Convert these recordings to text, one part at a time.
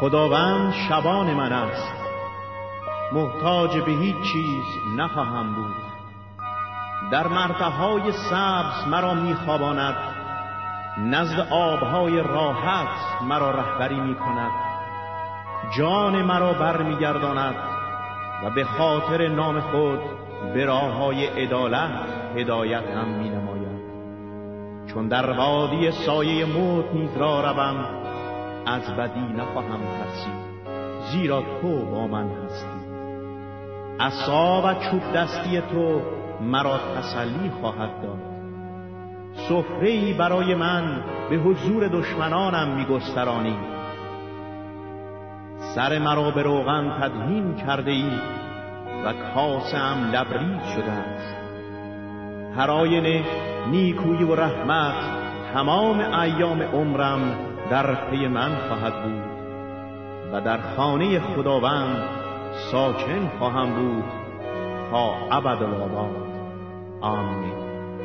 خداوند شبان من است، محتاج به هیچ چیز نخواهم بود. در مرتعهای سبز مرا میخواباند، نزد آبهای راحت مرا رهبری میکند. جان مرا برمیگرداند و به خاطر نام خود به راههای عدالت هدایتم مینماید. چون در وادی سایه موت نیز را روم، از بدی نخواهم ترسید، زیرا تو با من هستی. عصا و چوب دستی تو مرا تسلی خواهد داد. سفره‌ای برای من به حضور دشمنانم میگسترانی. سر مرا به روغن تدهین کرده ای و کاسه‌ام لبریز شده است. هر آینه نیکویی و رحمت تمام ایام عمرم در پی من خواهد بود و در خانه خداوند ساکن خواهم بود تا ابدالآباد. آمین.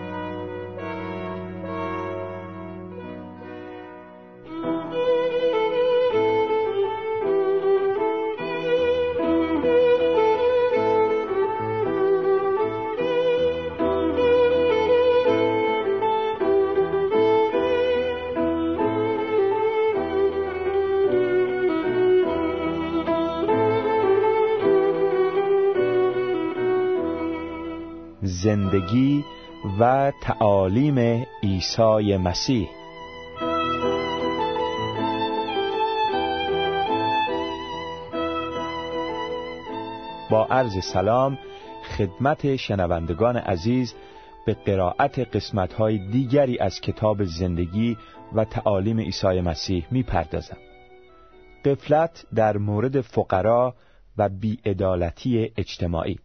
زندگی و تعالیم عیسی مسیح. با عرض سلام خدمت شنوندگان عزیز، به قرائت قسمت‌های دیگری از کتاب زندگی و تعالیم عیسی مسیح می‌پردازم. غفلت در مورد فقرا و بی‌عدالتی اجتماعی.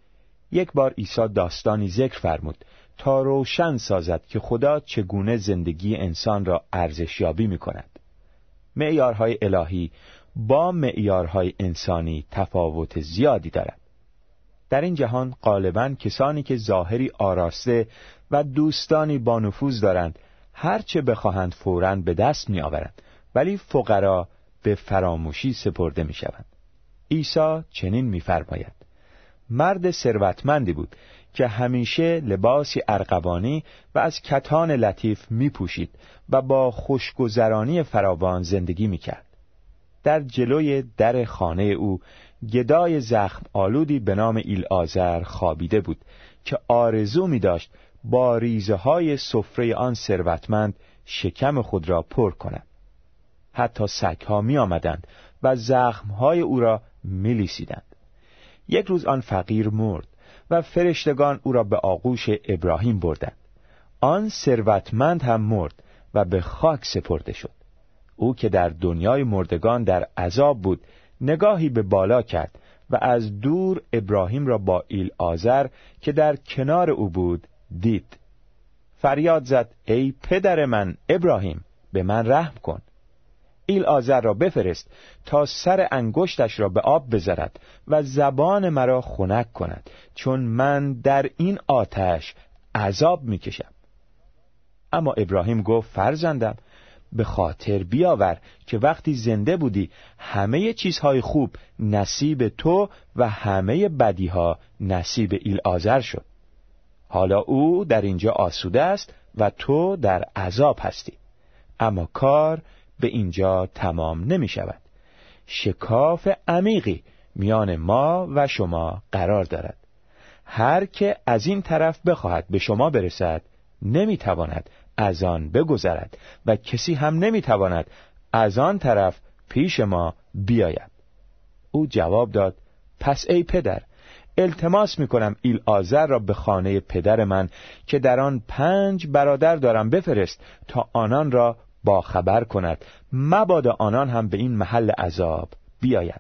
یک بار عیسی داستانی ذکر فرمود تا روشن سازد که خدا چگونه زندگی انسان را ارزشیابی می‌کند. معیارهای الهی با معیارهای انسانی تفاوت زیادی دارد. در این جهان غالباً کسانی که ظاهری آراسته و دوستانی با نفوذ دارند هرچه بخواهند فوراً به دست می‌آورند، ولی فقرا به فراموشی سپرده می‌شوند. عیسی چنین می‌فرماید: مرد ثروتمندی بود که همیشه لباسی ارغوانی و از کتان لطیف می پوشید و با خوشگذرانی فراوان زندگی می کرد. در جلوی در خانه او گدای زخم آلودی به نام ایلعازر خوابیده بود که آرزو می داشت با ریزه های سفره آن ثروتمند شکم خود را پر کند. حتی سگ‌ها می آمدند و زخمهای او را می لیسیدند. یک روز آن فقیر مرد و فرشتگان او را به آغوش ابراهیم بردند. آن ثروتمند هم مرد و به خاک سپرده شد. او که در دنیای مردگان در عذاب بود نگاهی به بالا کرد و از دور ابراهیم را با ایلعازر که در کنار او بود دید. فریاد زد: ای پدر من ابراهیم، به من رحم کن. ایلعازر را بفرست تا سر انگشتش را به آب بذارد و زبان مرا خنک کند، چون من در این آتش عذاب میکشم. اما ابراهیم گفت: فرزندم، به خاطر بیاور که وقتی زنده بودی همه چیزهای خوب نصیب تو و همه بدیها نصیب ایلعازر شد. حالا او در اینجا آسوده است و تو در عذاب هستی. اما کار به اینجا تمام نمی شود. شکاف عمیقی میان ما و شما قرار دارد. هر که از این طرف بخواهد به شما برسد نمی تواند از آن بگذرد و کسی هم نمی تواند از آن طرف پیش ما بیاید. او جواب داد: پس ای پدر، التماس می کنم ایلعازر را به خانه پدر من که در آن 5 برادر دارم بفرست تا آنان را با خبر کند، مبادا آنان هم به این محل عذاب بیایند.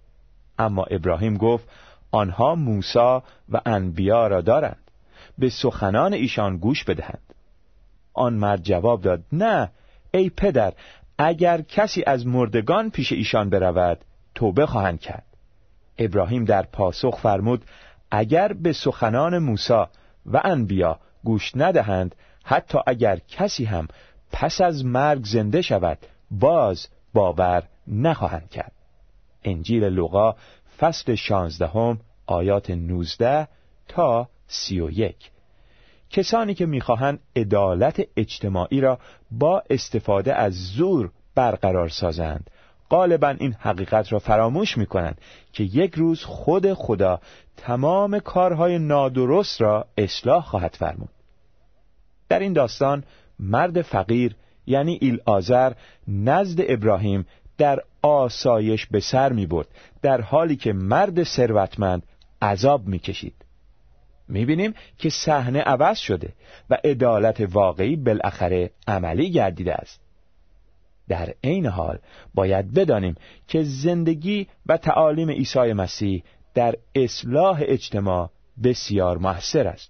اما ابراهیم گفت: آنها موسی و انبیا را دارند، به سخنان ایشان گوش بدهند. آن مرد جواب داد: نه ای پدر، اگر کسی از مردگان پیش ایشان برود توبه خواهند کرد. ابراهیم در پاسخ فرمود: اگر به سخنان موسی و انبیا گوش ندهند، حتی اگر کسی هم پس از مرگ زنده شود باز باور نخواهند کرد. انجیل لوقا فصل 16 آیات 19 تا 31. کسانی که میخواهند عدالت اجتماعی را با استفاده از زور برقرار سازند غالباً این حقیقت را فراموش میکنند که یک روز خود خدا تمام کارهای نادرست را اصلاح خواهد فرمود. در این داستان مرد فقیر یعنی ایلعازر نزد ابراهیم در آسایش به سر می برد، در حالی که مرد ثروتمند عذاب می کشید. می بینیم که صحنه عوض شده و عدالت واقعی بالاخره عملی گردیده است. در عین حال باید بدانیم که زندگی و تعالیم عیسی مسیح در اصلاح اجتماع بسیار مؤثر است.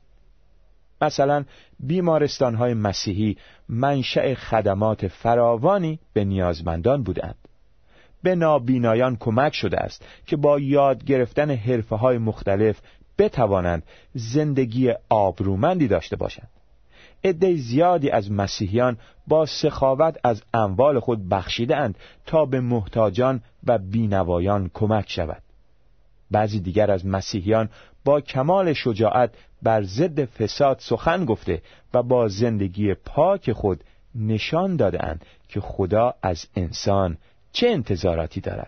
مثلا بیمارستان‌های مسیحی منشأ خدمات فراوانی به نیازمندان بودند. به نابینایان کمک شده است که با یاد گرفتن حرفه‌های مختلف بتوانند زندگی آبرومندی داشته باشند. عده زیادی از مسیحیان با سخاوت از اموال خود بخشیدند تا به محتاجان و بینوایان کمک شود. بعضی دیگر از مسیحیان با کمال شجاعت بر ضد فساد سخن گفته و با زندگی پاک خود نشان داده‌اند که خدا از انسان چه انتظاراتی دارد.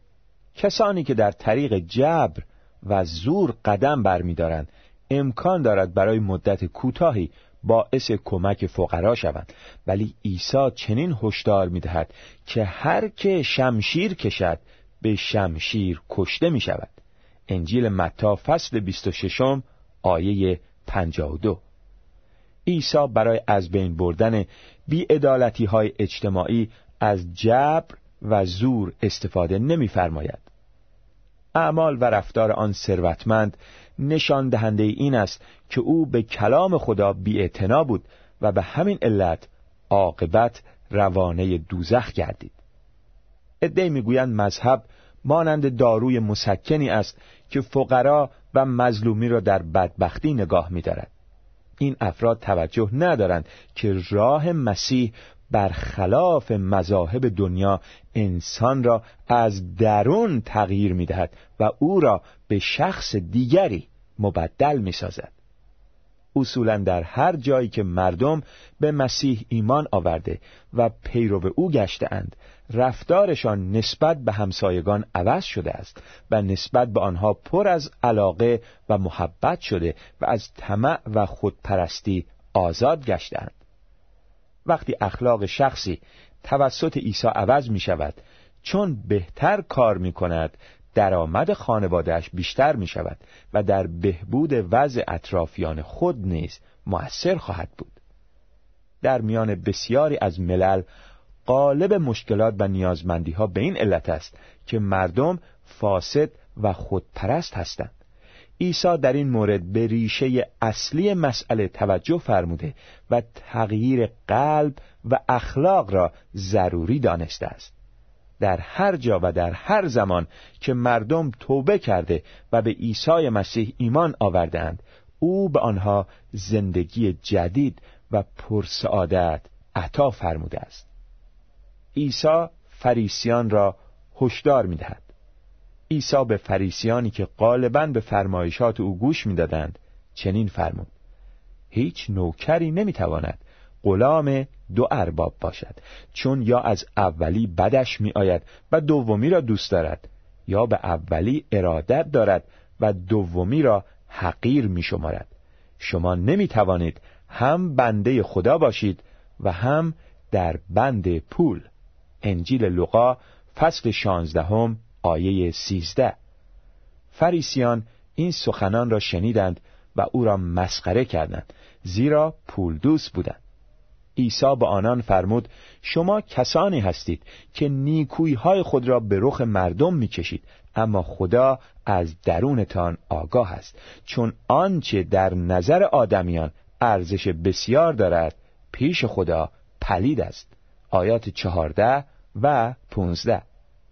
کسانی که در طریق جبر و زور قدم برمی‌دارند امکان دارد برای مدت کوتاهی باعث کمک فقرا شوند، ولی عیسی چنین هشدار می‌دهد که هر که شمشیر کشد به شمشیر کشته می‌شود. انجیل متی فصل 26 آیه 52. عیسی برای از بین بردن بی‌عدالتی‌های اجتماعی از جبر و زور استفاده نمی‌فرماید. اعمال و رفتار آن ثروتمند نشان دهنده این است که او به کلام خدا بی‌اعتنا بود و به همین علت عاقبت روانه دوزخ گردید. عده‌ای میگویند مذهب مانند داروی مسکنی است که فقرا و مظلومی را در بدبختی نگاه می‌دارد. این افراد توجه ندارند که راه مسیح برخلاف مذاهب دنیا انسان را از درون تغییر می‌دهد و او را به شخص دیگری مبدل می‌سازد. اصولاً در هر جایی که مردم به مسیح ایمان آورده و پیرو او گشته‌اند، رفتارشان نسبت به همسایگان عوض شده است و نسبت به آنها پر از علاقه و محبت شده و از طمع و خودپرستی آزاد گشته‌اند. وقتی اخلاق شخصی توسط عیسی عوض می شود، چون بهتر کار می کند، درآمد خانواده‌اش بیشتر می شود و در بهبود وضع اطرافیان خود نیز مؤثر خواهد بود. در میان بسیاری از ملل غالب مشکلات و نیازمندی‌ها به این علت است که مردم فاسد و خودپرست هستند. عیسی در این مورد به ریشه اصلی مسئله توجه فرموده و تغییر قلب و اخلاق را ضروری دانسته است. در هر جا و در هر زمان که مردم توبه کرده و به عیسی مسیح ایمان آوردند، او به آنها زندگی جدید و پرسعادت عطا فرموده است. عیسی فریسیان را هشدار می‌دهد. عیسی به فریسیانی که غالباً به فرمایشات او گوش می‌دادند چنین فرمود: هیچ نوکری نمی‌تواند غلام دو ارباب باشد، چون یا از اولی بدش می‌آید و دومی را دوست دارد، یا به اولی ارادت دارد و دومی را حقیر می‌شمارد. شما نمی‌توانید هم بنده خدا باشید و هم در بند پول. انجیل لوقا فصل 16 آیه 13. فریسیان این سخنان را شنیدند و او را مسخره کردند، زیرا پول دوست بودند. عیسی به آنان فرمود: شما کسانی هستید که نیکویی‌های خود را به رخ مردم می‌کشید، اما خدا از درونتان آگاه است، چون آنچه در نظر آدمیان ارزش بسیار دارد پیش خدا پلید است. آیات 14 و 15.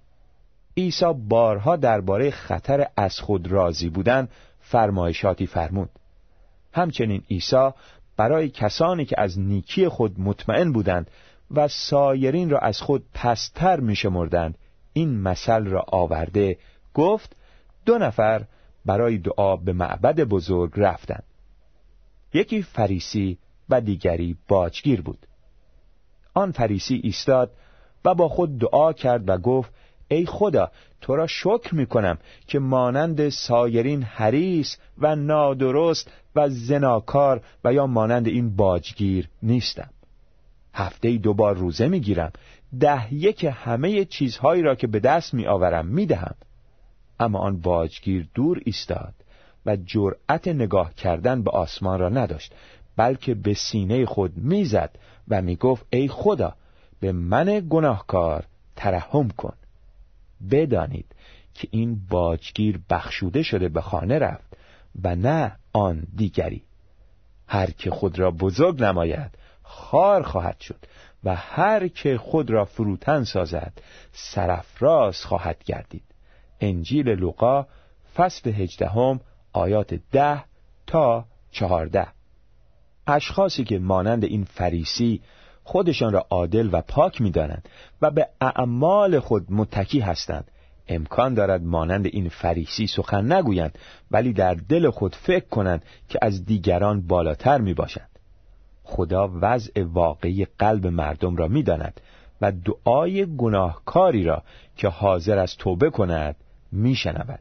عیسی بارها درباره خطر از خود راضی بودن فرمایشاتی فرمود. همچنین عیسی برای کسانی که از نیکی خود مطمئن بودند و سایرین را از خود پستر می‌شمردند این مثل را آورده گفت 2 نفر برای دعا به معبد بزرگ رفتند. یکی فریسی و دیگری باجگیر بود. آن فریسی ایستاد و با خود دعا کرد و گفت ای خدا، تو را شکر می کنم که مانند سایرین حریص و نادرست و زناکار و یا مانند این باجگیر نیستم. هفته‌ای 2 بار روزه می گیرم، 10 همه چیزهایی را که به دست می آورم می دهم. اما آن باجگیر دور ایستاد و جرأت نگاه کردن به آسمان را نداشت، بلکه به سینه خود می زد و می گفت ای خدا، به من گناهکار ترحم کن. بدانید که این باجگیر بخشوده شده به خانه رفت و نه آن دیگری. هر که خود را بزرگ نماید خوار خواهد شد و هر که خود را فروتن سازد سرافراز خواهد گردید. انجیل لوقا فصل 18 آیات 10 تا 14. اشخاصی که مانند این فریسی خودشان را عادل و پاک می‌دانند و به اعمال خود متکی هستند، امکان دارد مانند این فریسی سخن نگویند ولی در دل خود فکر کنند که از دیگران بالاتر میباشند. خدا وضع واقعی قلب مردم را می‌داند و دعای گناهکاری را که حاضر است توبه کند میشنود.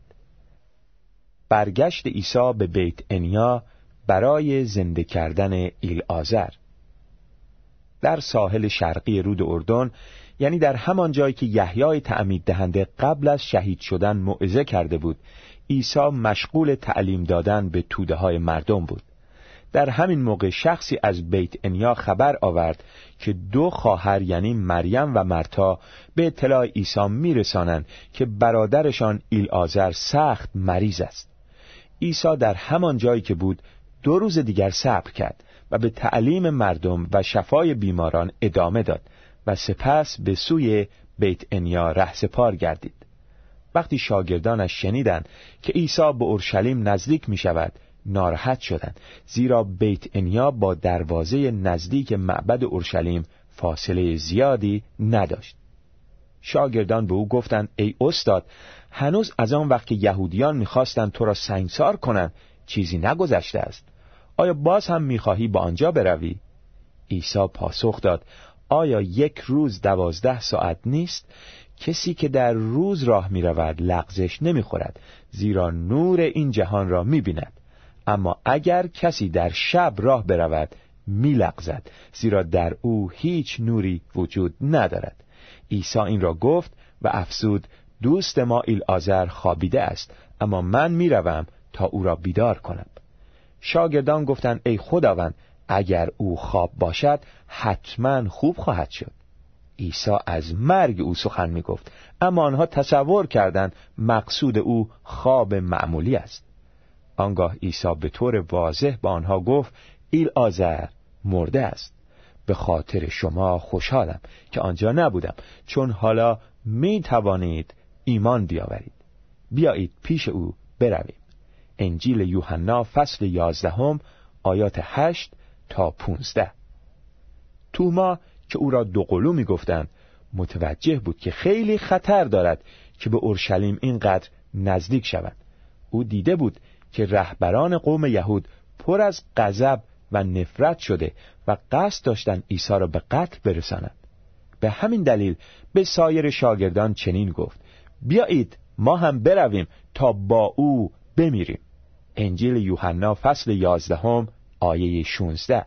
برگشت عیسی به بیت عنیا برای زنده کردن ایلعازر. در ساحل شرقی رود اردن، یعنی در همان جایی که یحیای تعمید دهنده قبل از شهید شدن موعظه کرده بود، عیسی مشغول تعلیم دادن به توده های مردم بود. در همین موقع شخصی از بیت عنیا خبر آورد که 2 خواهر یعنی مریم و مرتا به اطلاع عیسی میرسانند که برادرشان ایلعازر سخت مریض است. عیسی در همان جایی که بود 2 روز دیگر صبر کرد و به تعلیم مردم و شفای بیماران ادامه داد و سپس به سوی بیت عنیا رهسپار گردید. وقتی شاگردانش شنیدند که عیسی به اورشلیم نزدیک می شود، ناراحت شدند، زیرا بیت عنیا با دروازه نزدیک معبد اورشلیم فاصله زیادی نداشت. شاگردان به او گفتند ای استاد، هنوز از آن وقت که یهودیان می‌خواستند تو را سنگسار کنند چیزی نگذشته است. آیا باز هم می‌خواهی با آنجا بروی؟ عیسی پاسخ داد آیا 1 روز 12 ساعت نیست؟ کسی که در روز راه می‌رود لغزش نمی‌خورد، زیرا نور این جهان را می‌بیند. اما اگر کسی در شب راه برود می‌لغزد، زیرا در او هیچ نوری وجود ندارد. عیسی این را گفت و افزود دوست ما ایلعازر خوابیده است، اما من میروم تا او را بیدار کنم. شاگردان گفتند ای خداوند، اگر او خواب باشد حتما خوب خواهد شد. عیسی از مرگ او سخن میگفت، اما آنها تصور کردند مقصود او خواب معمولی است. آنگاه عیسی به طور واضح با آنها گفت ایلعازر مرده است. به خاطر شما خوشحالم که آنجا نبودم، چون حالا می توانید ایمان بیاورید. بیایید پیش او برویم. انجیل یوحنا فصل 11 آیات 8 تا 15. توما که او را دوقلو می گفتند متوجه بود که خیلی خطر دارد که به اورشلیم اینقدر نزدیک شوند. او دیده بود که رهبران قوم یهود پر از غضب و نفرت شده و قصد داشتند عیسی را به قتل برسانند. به همین دلیل به سایر شاگردان چنین گفت بیایید ما هم برویم تا با او بمیریم. انجیل یوحنا فصل 11 آیه 16.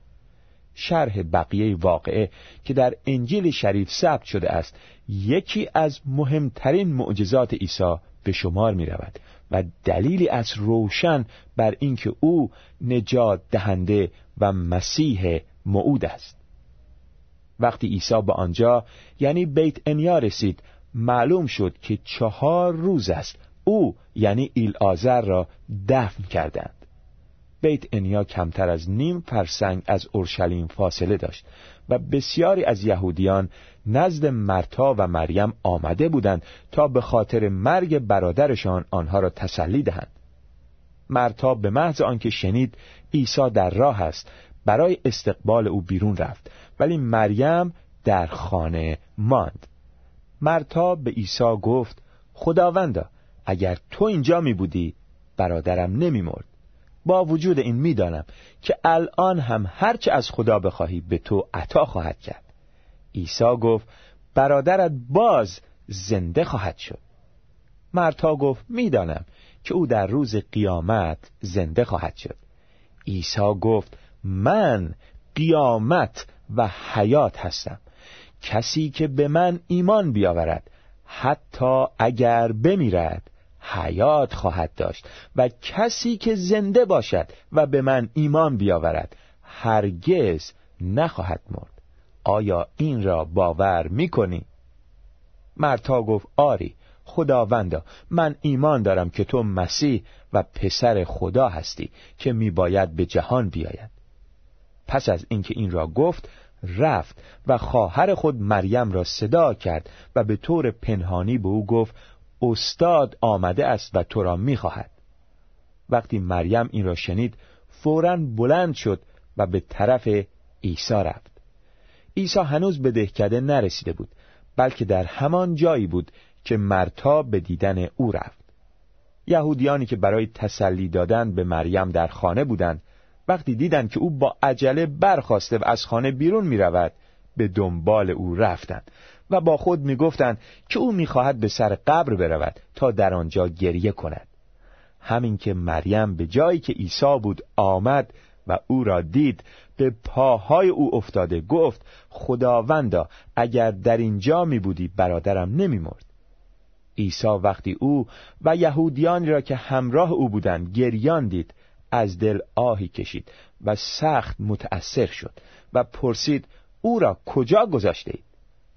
شرح بقیه واقعه که در انجیل شریف ثبت شده است یکی از مهمترین معجزات عیسی به شمار می رود و دلیلی از روشن بر اینکه او نجات دهنده و مسیح موعود است. وقتی عیسی به آنجا یعنی بیت عنیا رسید، معلوم شد که 4 روز است او یعنی ایلعازر را دفن کردند. بیت عنیا کمتر از 0.5 فرسنگ از اورشلیم فاصله داشت و بسیاری از یهودیان نزد مرتا و مریم آمده بودند تا به خاطر مرگ برادرشان آنها را تسلی دهند. مرتا به محض آنکه شنید عیسی در راه است برای استقبال او بیرون رفت، ولی مریم در خانه ماند. مرتا به عیسی گفت: خداوندا، اگر تو اینجا می بودی برادرم نمی مرد. با وجود این می دانم که الان هم هرچه از خدا بخواهی به تو عطا خواهد کرد. عیسی گفت: برادرت باز زنده خواهد شد. مرتا گفت: می دانم که او در روز قیامت زنده خواهد شد. عیسی گفت: من قیامت و حیات هستم. کسی که به من ایمان بیاورد حتی اگر بمیرد حیات خواهد داشت، و کسی که زنده باشد و به من ایمان بیاورد هرگز نخواهد مرد. آیا این را باور می‌کنی؟ مرتا گفت: آری خداوندا، من ایمان دارم که تو مسیح و پسر خدا هستی که میباید به جهان بیاید. پس از اینکه این را گفت رفت و خواهر خود مریم را صدا کرد و به طور پنهانی به او گفت: استاد آمده است و تو را میخواهد. وقتی مریم این را شنید فوراً بلند شد و به طرف عیسی رفت. عیسی هنوز به دهکده نرسیده بود، بلکه در همان جایی بود که مرتا به دیدن او رفت. یهودیانی که برای تسلی دادن به مریم در خانه بودند، وقتی دیدند که او با عجله برخاسته و از خانه بیرون می رود، به دنبال او رفتند و با خود می گفتند که او می خواهد به سر قبر برود تا در آنجا گریه کند. همین که مریم به جایی که عیسی بود آمد و او را دید، به پاهای او افتاده گفت: خداوندا، اگر در اینجا می بودی برادرم نمی مرد. عیسی وقتی او و یهودیانی را که همراه او بودند گریان دید، از دل آهی کشید و سخت متأثر شد و پرسید: او را کجا گذاشته اید؟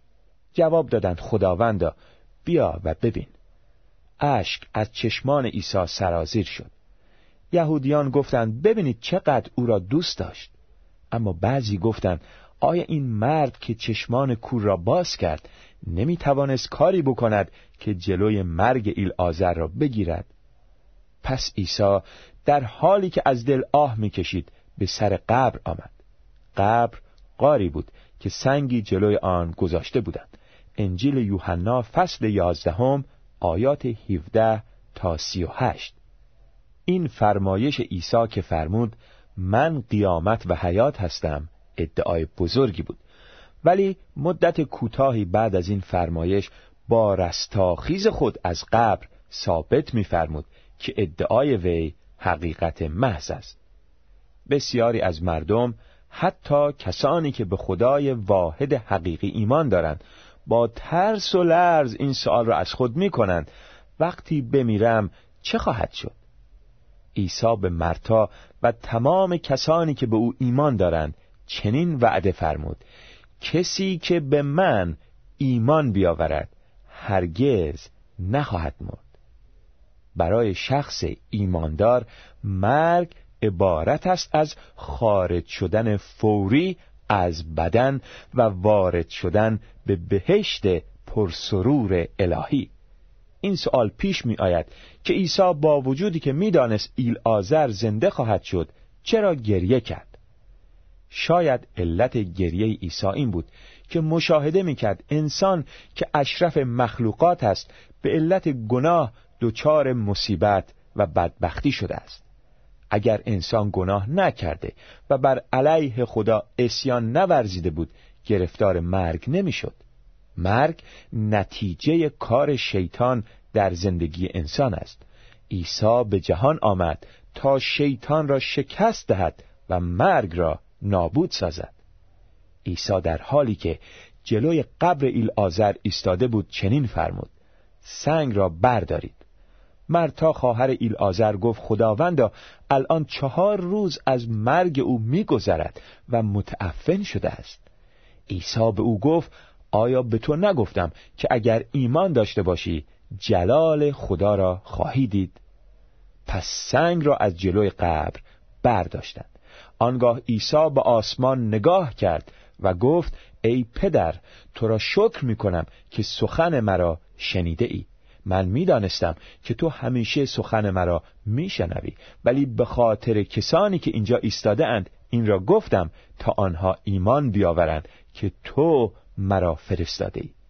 جواب دادند: خداوندا، بیا و ببین. اشک از چشمان عیسی سرازیر شد. یهودیان گفتند: ببینید چقدر او را دوست داشت. اما بعضی گفتند: آیا این مرد که چشمان کور را باز کرد نمی توانست کاری بکند که جلوی مرگ ایلعازر را بگیرد؟ پس عیسی در حالی که از دل آه می کشید به سر قبر آمد. قبر غاری بود که سنگی جلوی آن گذاشته بودند. انجیل یوحنا فصل 11 آیات 17 تا 38. این فرمایش عیسی که فرمود: من قیامت و حیات هستم، ادعای بزرگی بود، ولی مدت کوتاهی بعد از این فرمایش با رستاخیز خود از قبر ثابت می‌فرمود که ادعای وی حقیقت محض است. بسیاری از مردم، حتی کسانی که به خدای واحد حقیقی ایمان دارند، با ترس و لرز این سوال را از خود می‌کنند: وقتی بمیرم چه خواهد شد؟ عیسی به مرتا و تمام کسانی که به او ایمان دارند چنین وعده فرمود: کسی که به من ایمان بیاورد هرگز نخواهد مرد. برای شخص ایماندار مرگ عبارت است از خارج شدن فوری از بدن و وارد شدن به بهشت پرسرور الهی. این سوال پیش می آید که عیسی با وجودی که می دانست ایلعازر زنده خواهد شد چرا گریه کرد؟ شاید علت گریه عیسی این بود که مشاهده می کرد انسان که اشرف مخلوقات است به علت گناه دچار مصیبت و بدبختی شده است. اگر انسان گناه نکرده و بر علیه خدا عصیان نورزیده بود، گرفتار مرگ نمی شد. مرگ نتیجه کار شیطان در زندگی انسان است. عیسی به جهان آمد تا شیطان را شکست دهد و مرگ را نابود سازد. عیسی در حالی که جلوی قبر ایلعازر ایستاده بود چنین فرمود: سنگ را بردارید. مرتا خواهر ایلعازر گفت: خداوندا، الان 4 روز از مرگ او می‌گذرد و متعفن شده است. عیسی به او گفت: آیا به تو نگفتم که اگر ایمان داشته باشی جلال خدا را خواهی دید؟ پس سنگ را از جلوی قبر برداشتند. آنگاه عیسی به آسمان نگاه کرد و گفت: ای پدر، تو را شکر می‌کنم که سخن مرا شنیده ای. من می‌دانستم که تو همیشه سخن مرا می‌شنوی، ولی به خاطر کسانی که اینجا ایستاده اند این را گفتم تا آنها ایمان بیاورند که تو مرا فرستاده ای.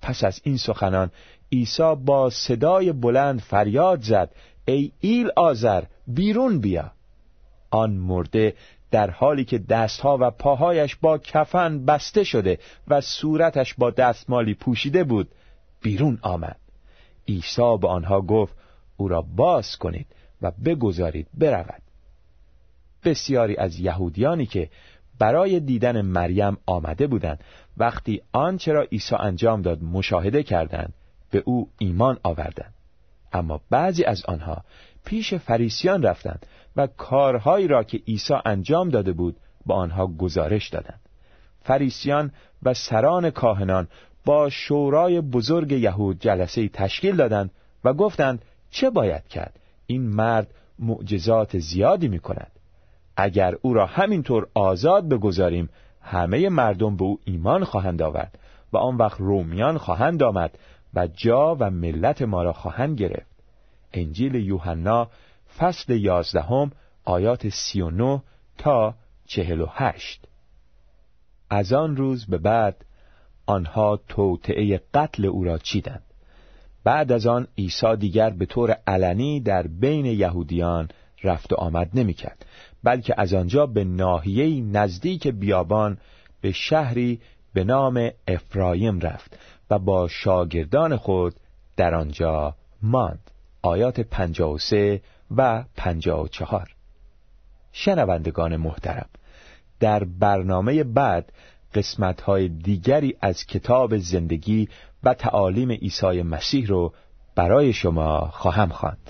پس از این سخنان عیسی با صدای بلند فریاد زد: ای ایل آزر، بیرون بیا. آن مرده در حالی که دستها و پاهایش با کفن بسته شده و صورتش با دستمالی پوشیده بود بیرون آمد. عیسی به آنها گفت: او را باز کنید و بگذارید برود. بسیاری از یهودیانی که برای دیدن مریم آمده بودند، وقتی آنچه را عیسی انجام داد مشاهده کردند، به او ایمان آوردند. اما بعضی از آنها پیش فریسیان رفتند و کارهایی را که عیسی انجام داده بود با آنها گزارش دادند. فریسیان و سران کاهنان با شورای بزرگ یهود جلسه تشکیل دادند و گفتند: چه باید کرد؟ این مرد معجزات زیادی می کند. اگر او را همینطور آزاد بگذاریم، همه مردم به او ایمان خواهند آورد و آن وقت رومیان خواهند آمد و جا و ملت ما را خواهند گرفت. انجیل یوحنا فصل 11 آیات 39 تا 48. از آن روز به بعد آنها توطئه قتل او را چیدند. بعد از آن عیسی دیگر به طور علنی در بین یهودیان رفت و آمد نمی کرد، بلکه از آنجا به ناحیه‌ای نزدیک بیابان به شهری به نام افرایم رفت و با شاگردان خود در آنجا ماند. آیات 53 و 54. شنوندگان محترم، در برنامه بعد قسمت‌های دیگری از کتاب زندگی و تعالیم عیسی مسیح رو برای شما خواهم خواند.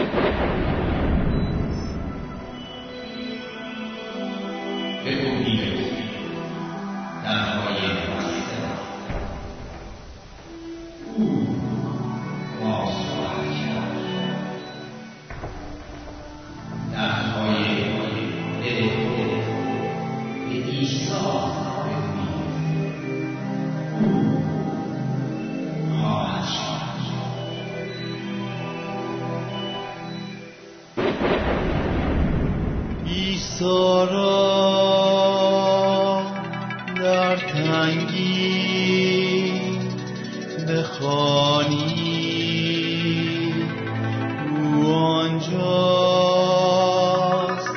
عیسی را در تنگی بخوانی، او آنجاست،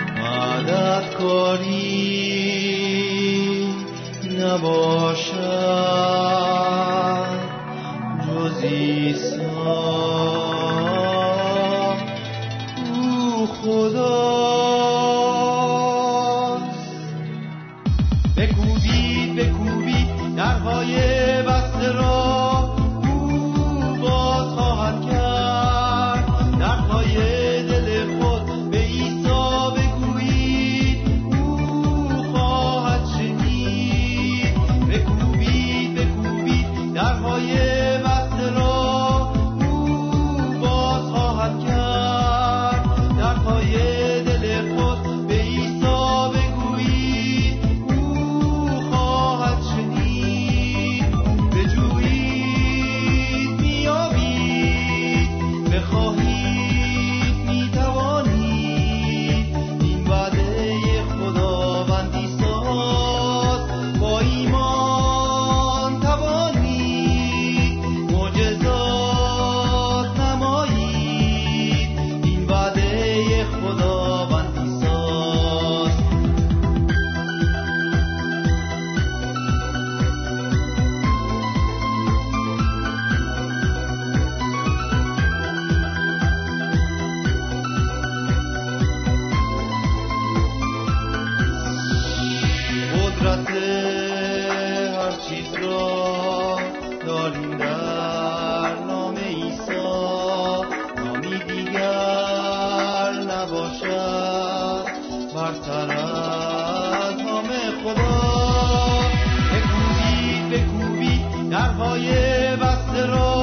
مددکاری نباشد جز عیسی. او خدا درهای بسته را او باز خواهد کرد. درهای دل خود به عیسی بگویید، او خواهد شنید. بکوبید درهای بسته را او باز خواهد کرد. درهای دل خود به عیسی بگویید، او خواهد شنید. درهای بسته را